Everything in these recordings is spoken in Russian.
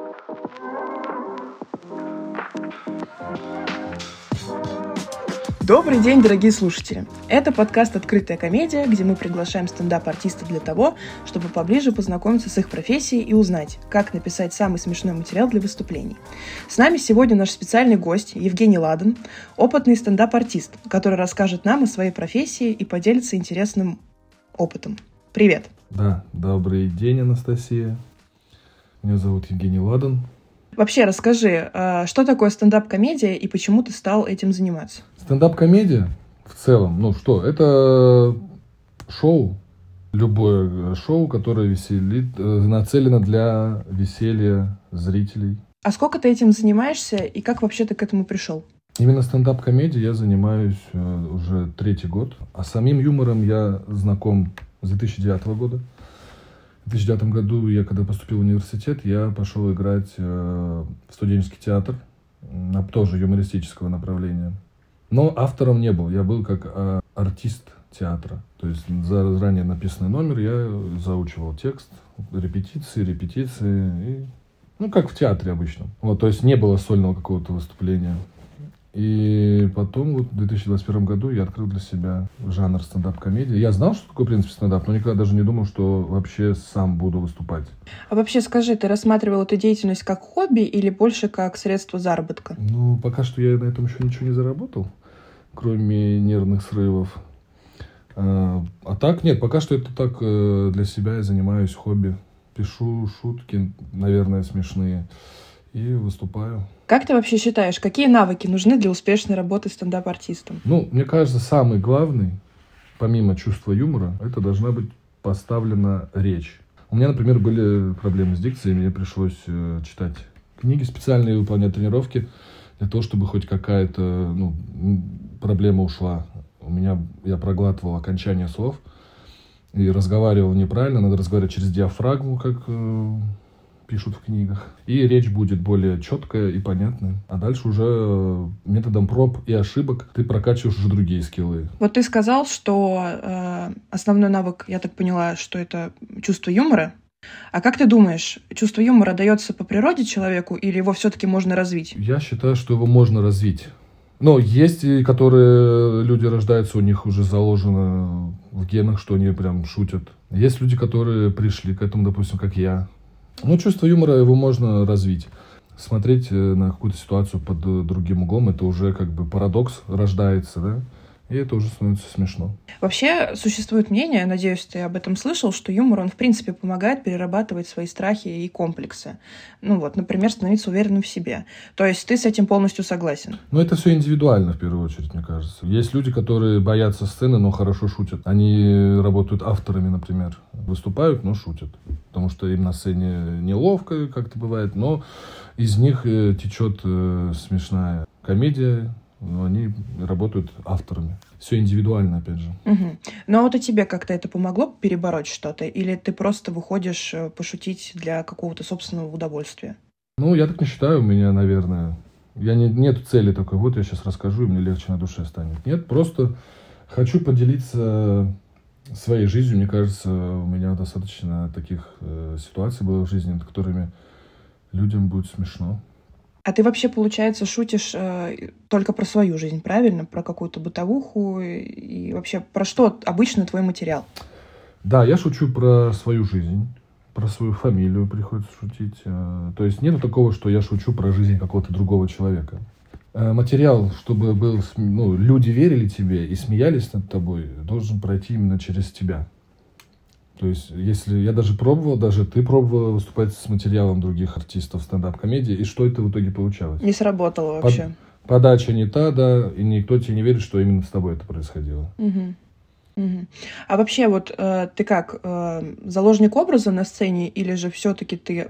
Добрый день, дорогие слушатели! Это подкаст «Открытая комедия», где мы приглашаем стендап-артистов для того, чтобы поближе познакомиться с их профессией и узнать, как написать самый смешной материал для выступлений. С нами сегодня наш специальный гость Евгений Ладан, опытный стендап-артист, который расскажет нам о своей профессии и поделится интересным опытом. Привет! Да, добрый день, Анастасия. Меня зовут Евгений Ладан. Вообще, расскажи, что такое стендап-комедия и почему ты стал этим заниматься? Стендап-комедия в целом, это шоу, любое шоу, которое веселит, нацелено для веселья зрителей. А сколько ты этим занимаешься и как вообще ты к этому пришел? Именно стендап-комедией я занимаюсь уже 3-й год, а самим юмором я знаком с 2009 года. В 2009 году, когда поступил в университет, я пошел играть в студенческий театр, тоже юмористического направления. Но автором не был, я был как артист театра. То есть за заранее написанный номер я заучивал текст, репетиции, как в театре обычно. То есть не было сольного какого-то выступления. И потом, в 2021 году я открыл для себя жанр стендап-комедии. Я знал, что такое, в принципе, стендап, но никогда даже не думал, что вообще сам буду выступать. А вообще скажи, ты рассматривал эту деятельность как хобби или больше как средство заработка? Пока что я на этом еще ничего не заработал, кроме нервных срывов. А так, нет, пока что это так для себя я занимаюсь хобби. Пишу шутки, наверное, смешные, и выступаю. Как ты вообще считаешь, какие навыки нужны для успешной работы стендап-артистом? Мне кажется, самый главный, помимо чувства юмора, это должна быть поставлена речь. У меня, например, были проблемы с дикцией, мне пришлось читать книги специальные, выполнять тренировки для того, чтобы хоть какая-то проблема ушла. Я проглатывал окончание слов и разговаривал неправильно, надо разговаривать через диафрагму, как пишут в книгах. И речь будет более четкая и понятная. А дальше уже методом проб и ошибок ты прокачиваешь уже другие скиллы. Вот ты сказал, что основной навык, я так поняла, что это чувство юмора. А как ты думаешь, чувство юмора дается по природе человеку или его все-таки можно развить? Я считаю, что его можно развить. Но есть и которые люди рождаются, у них уже заложено в генах, что они прям шутят. Есть люди, которые пришли к этому, допустим, как я. Чувство юмора, его можно развить. Смотреть на какую-то ситуацию под другим углом, это уже как бы парадокс рождается, да? И это уже становится смешно. Вообще существует мнение, надеюсь, ты об этом слышал, что юмор, он в принципе помогает перерабатывать свои страхи и комплексы. Например, становиться уверенным в себе. То есть ты с этим полностью согласен? Это все индивидуально, в первую очередь, мне кажется. Есть люди, которые боятся сцены, но хорошо шутят. Они работают авторами, например. Выступают, но шутят. Потому что им на сцене неловко, как-то бывает, но из них течет смешная комедия. Они работают авторами. Все индивидуально, опять же. Угу. Но и тебе как-то это помогло перебороть что-то? Или ты просто выходишь пошутить для какого-то собственного удовольствия? Я так не считаю. У меня, наверное... Нет цели такой, я сейчас расскажу, и мне легче на душе станет. Нет, просто хочу поделиться своей жизнью. Мне кажется, у меня достаточно таких ситуаций было в жизни, над которыми людям будет смешно. А ты вообще, получается, шутишь только про свою жизнь, правильно? Про какую-то бытовуху и вообще про что обычно твой материал? Да, я шучу про свою жизнь, про свою фамилию приходится шутить. То есть нет такого, что я шучу про жизнь какого-то другого человека. Материал, чтобы был, люди верили тебе и смеялись над тобой, должен пройти именно через тебя. То есть, если я даже ты пробовала выступать с материалом других артистов стендап-комедии, и что это в итоге получалось? Не сработало вообще. Подача не та, да, и никто тебе не верит, что именно с тобой это происходило. Угу. Угу. А вообще, ты как, заложник образа на сцене, или же все-таки ты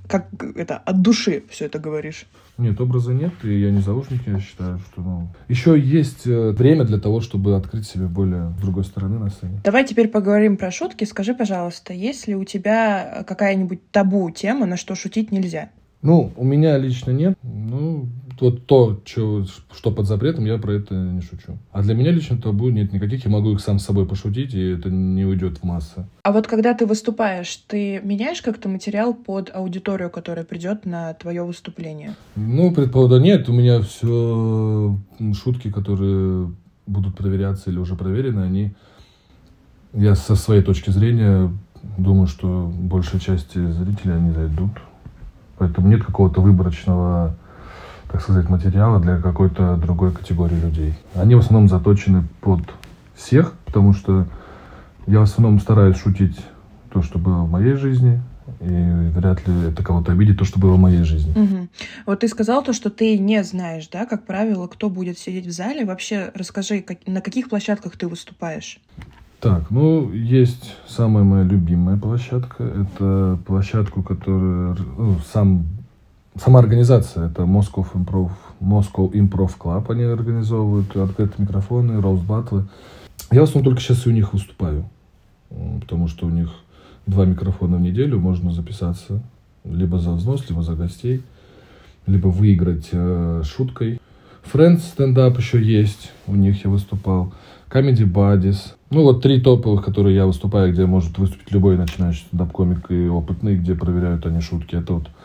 от души все это говоришь? Нет, образа нет, и я не заложник, я считаю, что еще есть время для того, чтобы открыть себя более с другой стороны на сцене. Давай теперь поговорим про шутки. Скажи, пожалуйста, есть ли у тебя какая-нибудь табу тема, на что шутить нельзя? Ну, у меня лично нет. Ну, вот то, что под запретом, я про это не шучу. А для меня лично табу нет никаких. Я могу их сам с собой пошутить, и это не уйдет в массы. А вот когда ты выступаешь, ты меняешь как-то материал под аудиторию, которая придет на твое выступление? Ну, предположим, нет, у меня все шутки, которые будут проверяться или уже проверены, я со своей точки зрения думаю, что большей части зрителей они зайдут. Поэтому нет какого-то выборочного, так сказать, материала для какой-то другой категории людей. Они в основном заточены под всех, потому что я в основном стараюсь шутить то, что было в моей жизни, и вряд ли это кого-то обидит, то, что было в моей жизни. Угу. Вот ты сказал то, что ты не знаешь, да, как правило, кто будет сидеть в зале. Вообще расскажи, на каких площадках ты выступаешь? Так, ну, есть самая моя любимая площадка. Это площадку, которая... сама организация. Это Moscow Improv Club. Они организовывают открытые микрофоны, роуст-баттлы. Я в основном только сейчас и у них выступаю. Потому что у них 2 микрофона в неделю. Можно записаться либо за взнос, либо за гостей. Либо выиграть шуткой. Friends стендап еще есть. У них я выступал. Comedy Buddies. Ну, вот 3 топовых, которые я выступаю, где может выступить любой начинающий стендап-комик и опытный, где проверяют они шутки. Это вот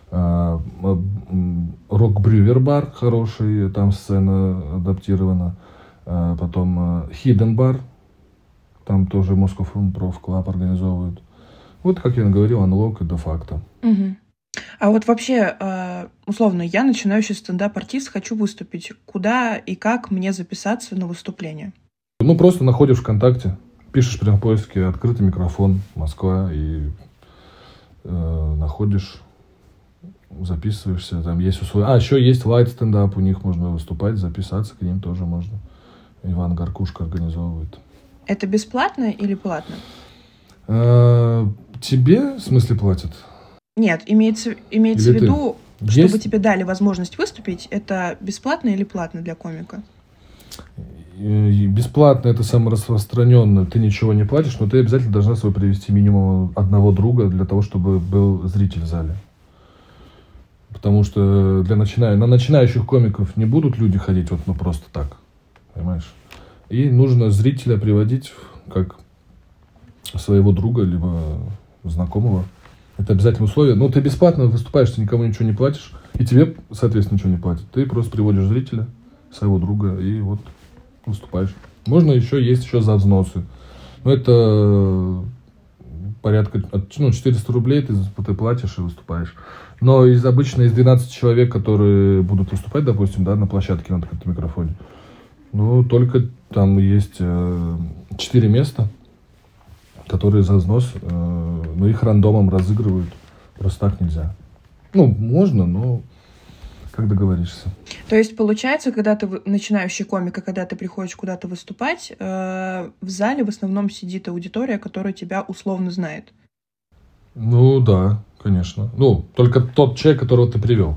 Rock Brewer Bar хороший, там сцена адаптирована. Потом Hidden Bar, там тоже Moscow Improv Club организовывают. Вот, как я говорил, Unlock и де-факто. Угу. А вот вообще, условно, я начинающий стендап-артист, хочу выступить. Куда и как мне записаться на выступление? Ну, просто находишь ВКонтакте, пишешь прям в поиске «Открытый микрофон Москва» и находишь, записываешься. Там есть условия. Еще есть лайт стендап, у них можно выступать, записаться, к ним тоже можно. Иван Горкушка организовывает. Это бесплатно или платно? Тебе, в смысле, платят? Нет, имеется в виду, чтобы тебе дали возможность выступить, это бесплатно или платно для комика? Бесплатно, это самое распространенное. Ты ничего не платишь, но ты обязательно должна свой привести минимум одного друга для того, чтобы был зритель в зале. Потому что на начинающих комиков не будут люди ходить вот просто так. Понимаешь? И нужно зрителя приводить как своего друга, либо знакомого. Это обязательное условие. Но ты бесплатно выступаешь, ты никому ничего не платишь. И тебе, соответственно, ничего не платят. Ты просто приводишь зрителя, своего друга, и вот выступаешь. Можно есть еще за взносы. Но это порядка 400 рублей ты платишь и выступаешь. Но обычно из 12 человек, которые будут выступать, допустим, да, на площадке на открытом микрофоне, только там есть 4 места, которые за взнос, но их рандомом разыгрывают. Просто так нельзя. Можно, но как договоришься. То есть, получается, когда ты начинающий комик, и когда ты приходишь куда-то выступать, в зале в основном сидит аудитория, которая тебя условно знает. Да, конечно. Только тот человек, которого ты привел.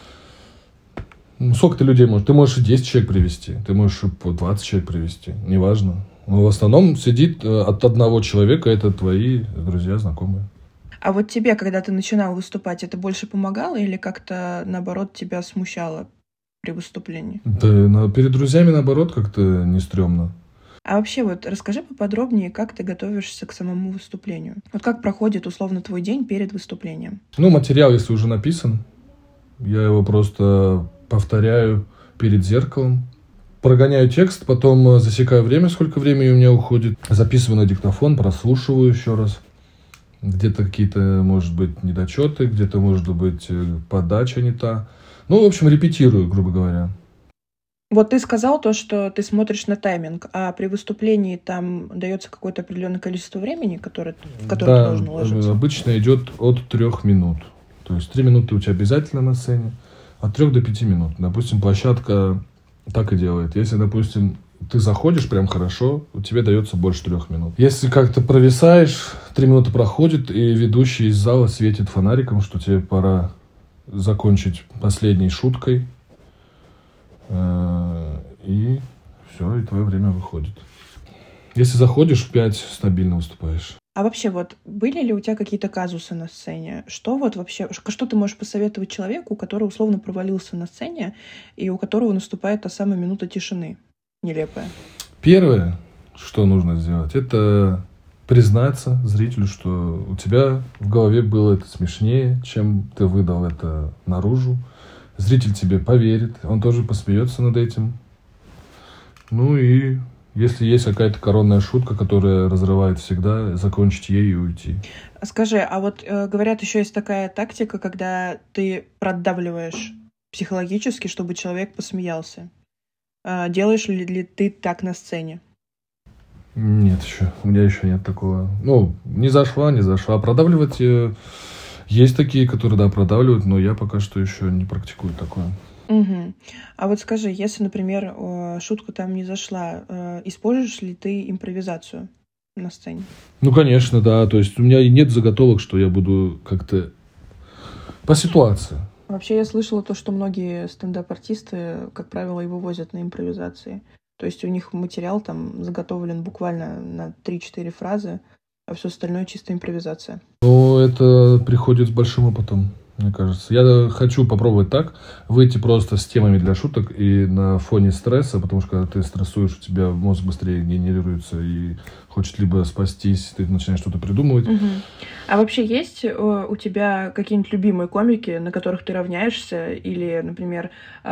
Сколько ты людей можешь? Ты можешь и 10 человек привести, ты можешь и 20 человек привести, неважно. Но в основном сидит от одного человека, это твои друзья, знакомые. А вот тебе, когда ты начинал выступать, это больше помогало или как-то, наоборот, тебя смущало при выступлении? Да, перед друзьями, наоборот, как-то не стрёмно. А вообще расскажи поподробнее, как ты готовишься к самому выступлению. Вот как проходит, условно, твой день перед выступлением? Материал, если уже написан, я его просто повторяю перед зеркалом. Прогоняю текст, потом засекаю время, сколько времени у меня уходит. Записываю на диктофон, прослушиваю еще раз. Где-то какие-то, может быть, недочеты, где-то, может быть, подача не та. В общем, репетирую, грубо говоря. Вот ты сказал то, что ты смотришь на тайминг, а при выступлении там дается какое-то определенное количество времени, в которое ты должен уложиться? Да, обычно идет от 3 минут. То есть 3 минуты у тебя обязательно на сцене, от 3 до 5 минут. Допустим, площадка так и делает. Если, допустим, ты заходишь прям хорошо, тебе дается больше 3 минут. Если как-то провисаешь, 3 минуты проходит, и ведущий из зала светит фонариком, что тебе пора закончить последней шуткой. И все, и твое время выходит. Если заходишь, в 5 стабильно выступаешь. А вообще вот были ли у тебя какие-то казусы на сцене? Что вот вообще, что ты можешь посоветовать человеку, который условно провалился на сцене и у которого наступает та самая минута тишины нелепая? Первое, что нужно сделать, это признаться зрителю, что у тебя в голове было это смешнее, чем ты выдал это наружу. Зритель тебе поверит, он тоже посмеется над этим. Ну и если есть какая-то коронная шутка, которая разрывает всегда, закончить ей и уйти. Скажи, а вот говорят, еще есть такая тактика, когда ты продавливаешь психологически, чтобы человек посмеялся. Делаешь ли ты так на сцене? Нет еще. У меня еще нет такого. Ну, не зашла. Продавливать есть такие, которые, да, продавливают, но я пока что еще не практикую такое. Угу. А вот скажи, если, например, шутка там не зашла, используешь ли ты импровизацию на сцене? Ну, конечно, да. То есть у меня и нет заготовок, что я буду как-то по ситуации. Вообще я слышала то, что многие стендап-артисты, как правило, и вывозят на импровизации. То есть у них материал там заготовлен буквально на 3-4 фразы, а все остальное чисто импровизация. Но это приходит с большим опытом, мне кажется. Я хочу попробовать так, выйти просто с темами для шуток и на фоне стресса, потому что когда ты стрессуешь, у тебя мозг быстрее генерируется и хочет либо спастись, ты начинаешь что-то придумывать. Угу. А вообще есть у тебя какие-нибудь любимые комики, на которых ты равняешься, или, например,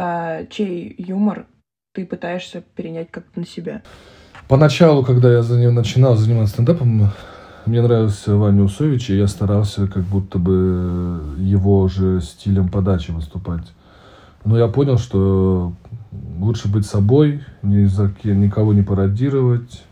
чей юмор ты пытаешься перенять как-то на себя? Поначалу, когда я начинал заниматься стендапом, мне нравился Ваня Усович, и я старался как будто бы его же стилем подачи выступать. Но я понял, что лучше быть собой, никого не пародировать,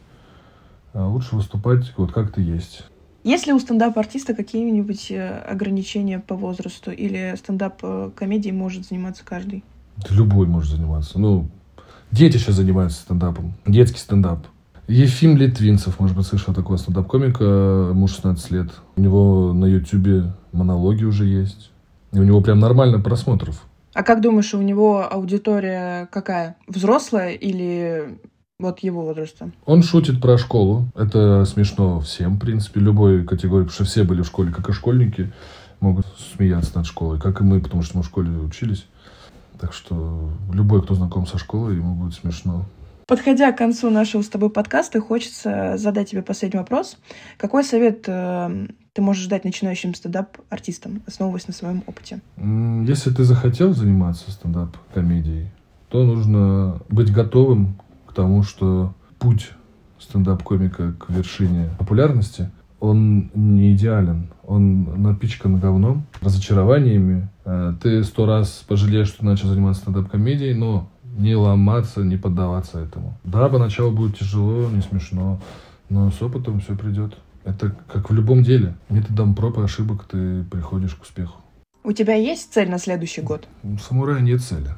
а лучше выступать вот как ты есть. Есть ли у стендап-артиста какие-нибудь ограничения по возрасту, или стендап-комедией может заниматься каждый? Любой может заниматься. Ну, дети сейчас занимаются стендапом, детский стендап. Ефим Литвинцев, может быть, слышал такого стендап-комика, ему 16 лет. У него на Ютубе монологи уже есть. И у него прям нормально просмотров. А как думаешь, у него аудитория какая? Взрослая или вот его возраста? Он шутит про школу. Это смешно всем, в принципе, любой категории. Потому что все были в школе, как и школьники, могут смеяться над школой. Как и мы, потому что мы в школе учились. Так что любой, кто знаком со школой, ему будет смешно. Подходя к концу нашего с тобой подкаста, хочется задать тебе последний вопрос. Какой совет ты можешь дать начинающим стендап-артистам, основываясь на своем опыте? Если ты захотел заниматься стендап-комедией, то нужно быть готовым к тому, что путь стендап-комика к вершине популярности, он не идеален. Он напичкан говном, разочарованиями. Ты 100 раз пожалеешь, что начал заниматься стендап-комедией, но не ломаться, не поддаваться этому. Да, поначалу будет тяжело, не смешно, но с опытом все придет. Это как в любом деле. Методом проб и ошибок ты приходишь к успеху. У тебя есть цель на следующий год? У самурая нет цели.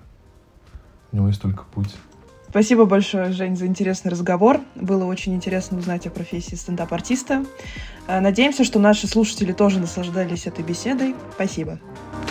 У него есть только путь. Спасибо большое, Жень, за интересный разговор. Было очень интересно узнать о профессии стендап-артиста. Надеемся, что наши слушатели тоже наслаждались этой беседой. Спасибо.